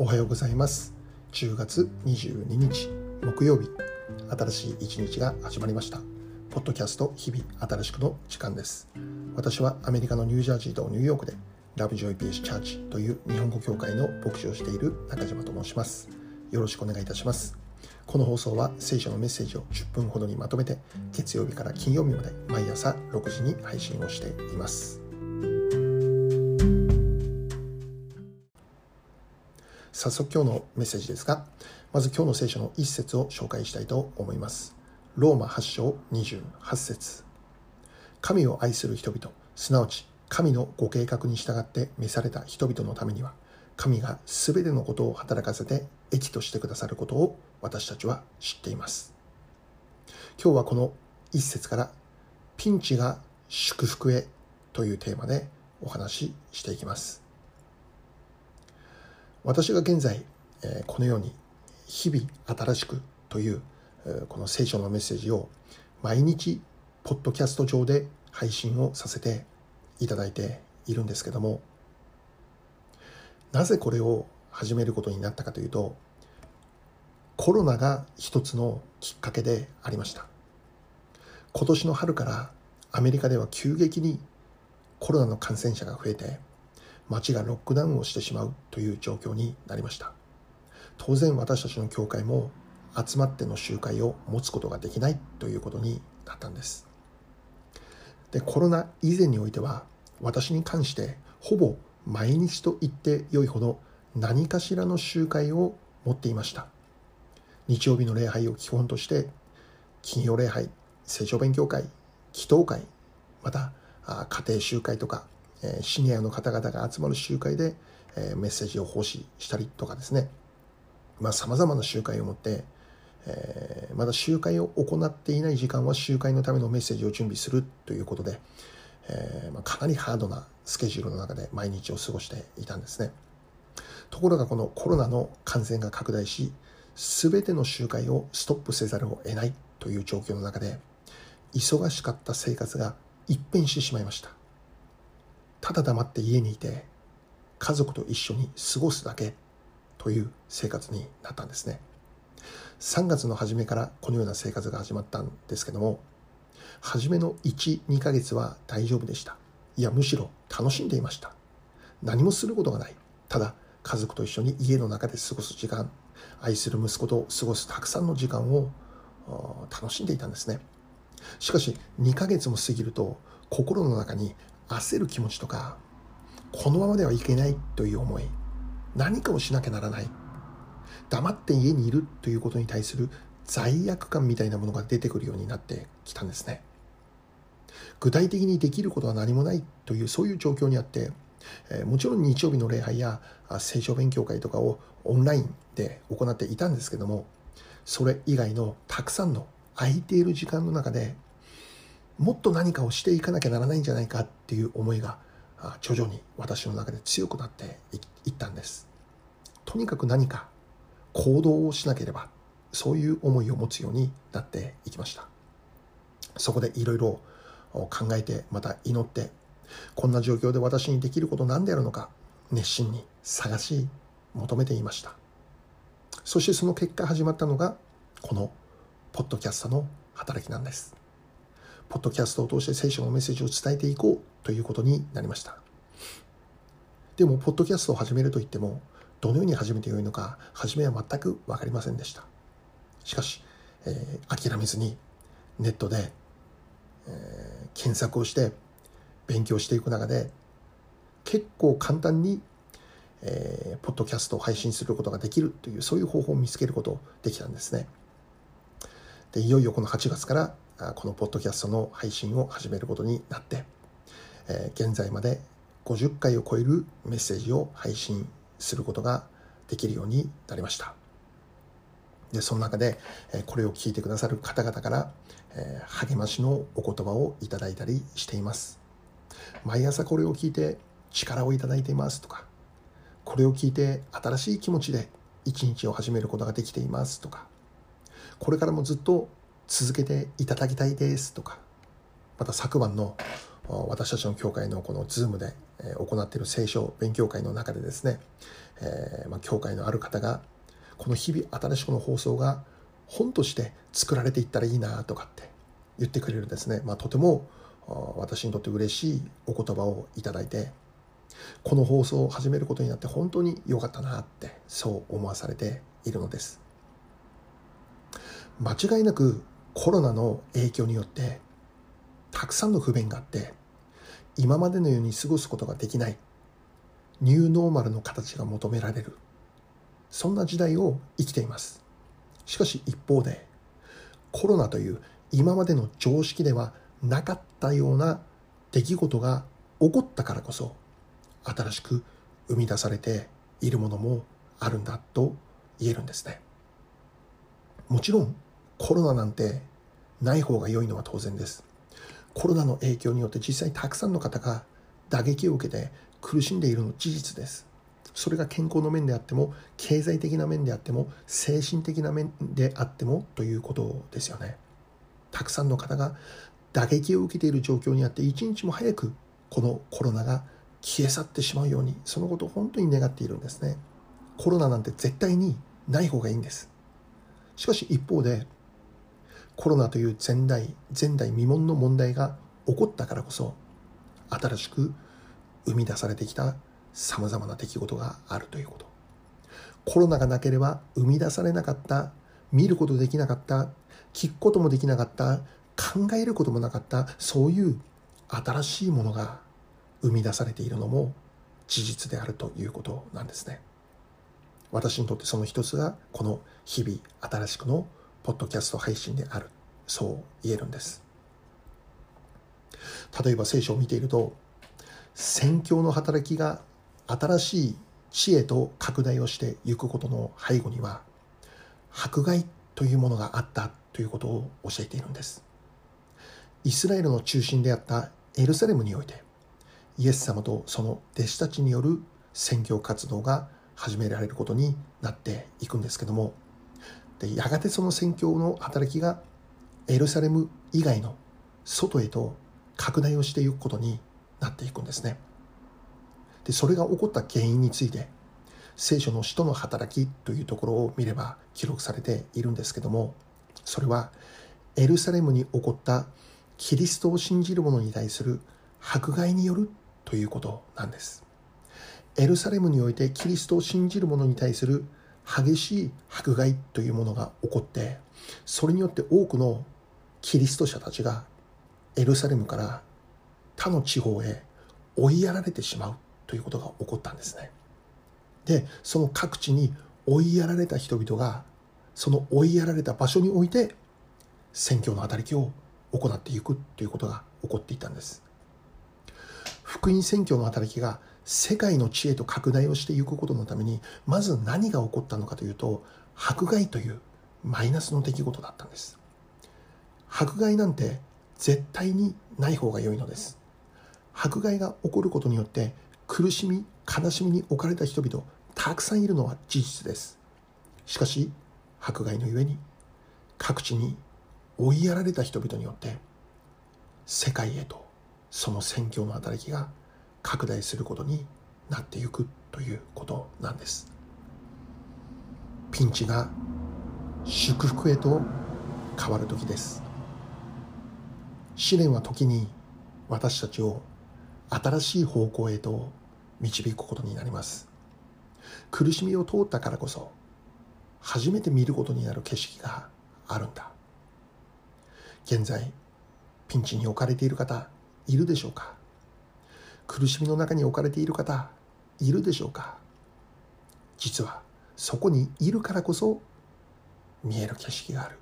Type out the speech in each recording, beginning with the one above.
おはようございます。10月22日木曜日、新しい一日が始まりました。ポッドキャスト日々新しくの時間です。私はアメリカのニュージャージーとニューヨークでラブジョイピースチャーチという日本語教会の牧師をしている中島と申します。よろしくお願いいたします。この放送は聖書のメッセージを10分ほどにまとめて月曜日から金曜日まで毎朝6時に配信をしています。早速今日のメッセージですが、まず今日の聖書の一節を紹介したいと思います。ローマ8章28節。神を愛する人々、すなわち神のご計画に従って召された人々のためには、神がすべてのことを働かせて益としてくださることを私たちは知っています。今日はこの一節からピンチが祝福へというテーマでお話ししていきます。私が現在このように日々新しくというこの聖書のメッセージを毎日ポッドキャスト上で配信をさせていただいているんですけども、なぜこれを始めることになったかというと、コロナが一つのきっかけでありました。今年の春からアメリカでは急激にコロナの感染者が増えて、街がロックダウンをしてしまうという状況になりました。当然私たちの教会も集まっての集会を持つことができないということになったんです。で、コロナ以前においては私に関してほぼ毎日と言って良いほど何かしらの集会を持っていました。日曜日の礼拝を基本として金曜礼拝、聖書勉強会、祈祷会、また家庭集会とかシニアの方々が集まる集会でメッセージを奉仕したりとかですね、様々な集会を持って、まだ集会を行っていない時間は集会のためのメッセージを準備するということで、かなりハードなスケジュールの中で毎日を過ごしていたんですね。ところがこのコロナの感染が拡大し、全ての集会をストップせざるを得ないという状況の中で、忙しかった生活が一変してしまいました。ただ黙って家にいて家族と一緒に過ごすだけという生活になったんですね。3月の初めからこのような生活が始まったんですけども、初めの 1,2 ヶ月は大丈夫でした。いや、むしろ楽しんでいました。何もすることがない。ただ家族と一緒に家の中で過ごす時間、愛する息子と過ごすたくさんの時間を楽しんでいたんですね。しかし2ヶ月も過ぎると心の中に焦る気持ちとか、このままではいけないという思い、何かをしなきゃならない、黙って家にいるということに対する罪悪感みたいなものが出てくるようになってきたんですね。具体的にできることは何もないというそういう状況にあって、もちろん日曜日の礼拝や聖書勉強会とかをオンラインで行っていたんですけども、それ以外のたくさんの空いている時間の中でもっと何かをしていかなきゃならないんじゃないかっていう思いが徐々に私の中で強くなっていったんです。とにかく何か行動をしなければ、そういう思いを持つようになっていきました。そこでいろいろ考えて、また祈って、こんな状況で私にできること何であるのか熱心に探し求めていました。そしてその結果始まったのがこのポッドキャストの働きなんです。ポッドキャストを通して聖書のメッセージを伝えていこうということになりました。でもポッドキャストを始めるといっても、どのように始めてよいのか初めは全く分かりませんでした。しかし、諦めずにネットで、検索をして勉強していく中で、結構簡単に、ポッドキャストを配信することができるという、そういう方法を見つけることできたんですね。で、いよいよこの8月からこのポッドキャストの配信を始めることになって、現在まで50回を超えるメッセージを配信することができるようになりました。で、その中でこれを聞いてくださる方々から励ましのお言葉をいただいたりしています。毎朝これを聞いて力をいただいていますとか、これを聞いて新しい気持ちで一日を始めることができていますとか、これからもずっと続けていただきたいですとか、また昨晩の私たちの教会のこの Zoom で行っている聖書勉強会の中でですね、 教会のある方がこの日々新しくの放送が本として作られていったらいいなとかって言ってくれるですね、とても私にとって嬉しいお言葉をいただいて、この放送を始めることになって本当に良かったなってそう思わされているのです。間違いなくコロナの影響によってたくさんの不便があって、今までのように過ごすことができないニューノーマルの形が求められる、そんな時代を生きています。しかし一方で、コロナという今までの常識ではなかったような出来事が起こったからこそ、新しく生み出されているものもあるんだと言えるんですね。もちろんコロナなんてない方が良いのは当然です。コロナの影響によって実際たくさんの方が打撃を受けて苦しんでいるの事実です。それが健康の面であっても、経済的な面であっても、精神的な面であってもということですよね。たくさんの方が打撃を受けている状況にあって、一日も早くこのコロナが消え去ってしまうように、そのことを本当に願っているんですね。コロナなんて絶対にない方がいいんです。しかし一方で、コロナという前代未聞の問題が起こったからこそ、新しく生み出されてきたさまざまな出来事があるということ。コロナがなければ生み出されなかった、見ることできなかった、聞くこともできなかった、考えることもなかった、そういう新しいものが生み出されているのも事実であるということなんですね。私にとってその一つがこの日々新しくのポッドキャスト配信である、そう言えるんです。例えば聖書を見ていると、宣教の働きが新しい知恵と拡大をしていくことの背後には、迫害というものがあったということを教えているんです。イスラエルの中心であったエルサレムにおいて、イエス様とその弟子たちによる宣教活動が始められることになっていくんですけども、やがてその宣教の働きがエルサレム以外の外へと拡大をしていくことになっていくんですね。で、それが起こった原因について、聖書の使徒の働きというところを見れば記録されているんですけども、それはエルサレムに起こったキリストを信じる者に対する迫害によるということなんです。エルサレムにおいてキリストを信じる者に対する激しい迫害というものが起こって、それによって多くのキリスト者たちがエルサレムから他の地方へ追いやられてしまうということが起こったんですね。で、その各地に追いやられた人々が、その追いやられた場所において宣教の働きを行っていくということが起こっていたんです。福音宣教の働きが世界の地へと拡大をしていくことのために、まず何が起こったのかというと、迫害というマイナスの出来事だったんです。迫害なんて絶対にない方が良いのです。迫害が起こることによって苦しみ、悲しみに置かれた人々たくさんいるのは事実です。しかし迫害のゆえに各地に追いやられた人々によって世界へとその宣教の働きが拡大することになっていくということなんです。ピンチが祝福へと変わる時です。試練は時に私たちを新しい方向へと導くことになります。苦しみを通ったからこそ初めて見ることになる景色があるんだ。現在ピンチに置かれている方いるでしょうか。苦しみの中に置かれている方いるでしょうか。実はそこにいるからこそ見える景色がある。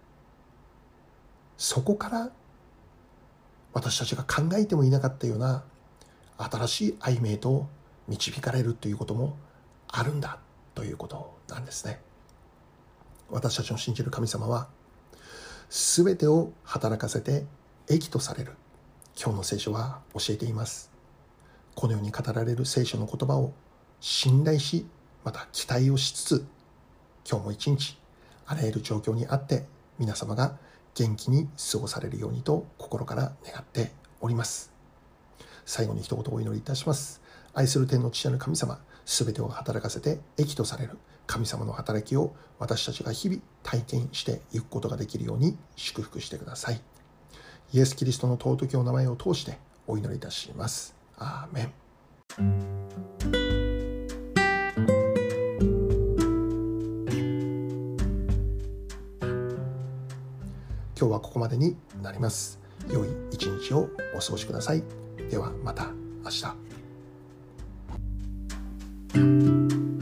そこから私たちが考えてもいなかったような新しい歩みへと導かれるということもあるんだということなんですね。私たちの信じる神様は全てを働かせて益とされる、今日の聖書は教えています。このように語られる聖書の言葉を信頼し、また期待をしつつ、今日も一日あらゆる状況にあって皆様が元気に過ごされるようにと心から願っております。最後に一言お祈りいたします。愛する天の父なる神様、 全てを働かせて益とされる神様の働きを私たちが日々体験していくことができるように祝福してください。イエス・キリストの尊きお名前を通してお祈りいたします。アーメン。今日はここまでになります。良い一日をお過ごしください。ではまた明日。